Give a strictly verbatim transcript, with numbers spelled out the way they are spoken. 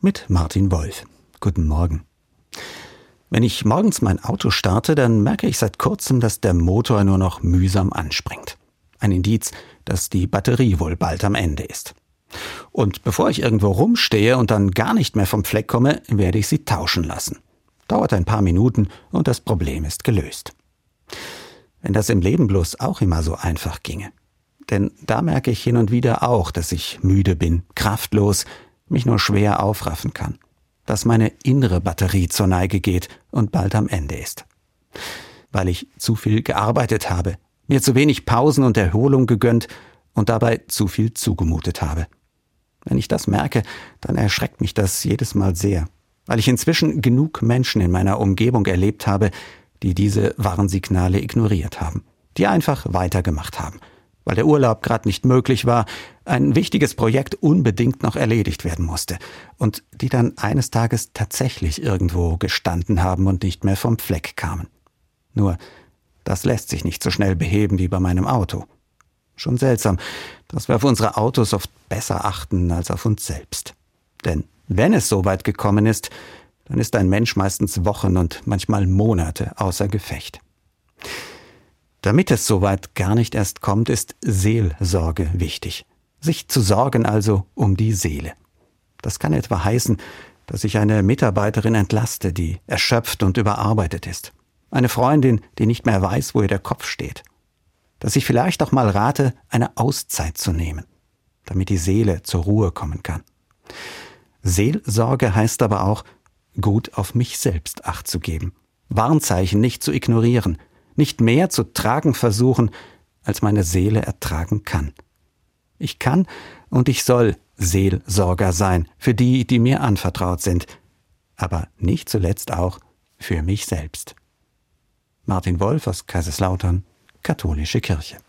mit Martin Wolf. Guten Morgen. Wenn ich morgens mein Auto starte, dann merke ich seit kurzem, dass der Motor nur noch mühsam anspringt. Ein Indiz, dass die Batterie wohl bald am Ende ist. Und bevor ich irgendwo rumstehe und dann gar nicht mehr vom Fleck komme, werde ich sie tauschen lassen. Dauert ein paar Minuten und das Problem ist gelöst. Wenn das im Leben bloß auch immer so einfach ginge. Denn da merke ich hin und wieder auch, dass ich müde bin, kraftlos, mich nur schwer aufraffen kann. Dass meine innere Batterie zur Neige geht und bald am Ende ist. Weil ich zu viel gearbeitet habe, mir zu wenig Pausen und Erholung gegönnt und dabei zu viel zugemutet habe. Wenn ich das merke, dann erschreckt mich das jedes Mal sehr, weil ich inzwischen genug Menschen in meiner Umgebung erlebt habe, die diese Warnsignale ignoriert haben, die einfach weitergemacht haben, weil der Urlaub gerade nicht möglich war, ein wichtiges Projekt unbedingt noch erledigt werden musste und die dann eines Tages tatsächlich irgendwo gestanden haben und nicht mehr vom Fleck kamen. Nur, das lässt sich nicht so schnell beheben wie bei meinem Auto. Schon seltsam, dass wir auf unsere Autos oft besser achten als auf uns selbst. Denn wenn es so weit gekommen ist, dann ist ein Mensch meistens Wochen und manchmal Monate außer Gefecht. Damit es soweit gar nicht erst kommt, ist Seelsorge wichtig. Sich zu sorgen also um die Seele. Das kann etwa heißen, dass ich eine Mitarbeiterin entlaste, die erschöpft und überarbeitet ist. Eine Freundin, die nicht mehr weiß, wo ihr der Kopf steht. Dass ich vielleicht auch mal rate, eine Auszeit zu nehmen, damit die Seele zur Ruhe kommen kann. Seelsorge heißt aber auch, gut auf mich selbst Acht zu geben, Warnzeichen nicht zu ignorieren, nicht mehr zu tragen versuchen, als meine Seele ertragen kann. Ich kann und ich soll Seelsorger sein für die, die mir anvertraut sind, aber nicht zuletzt auch für mich selbst. Martin Wolf aus Kaiserslautern, Katholische Kirche.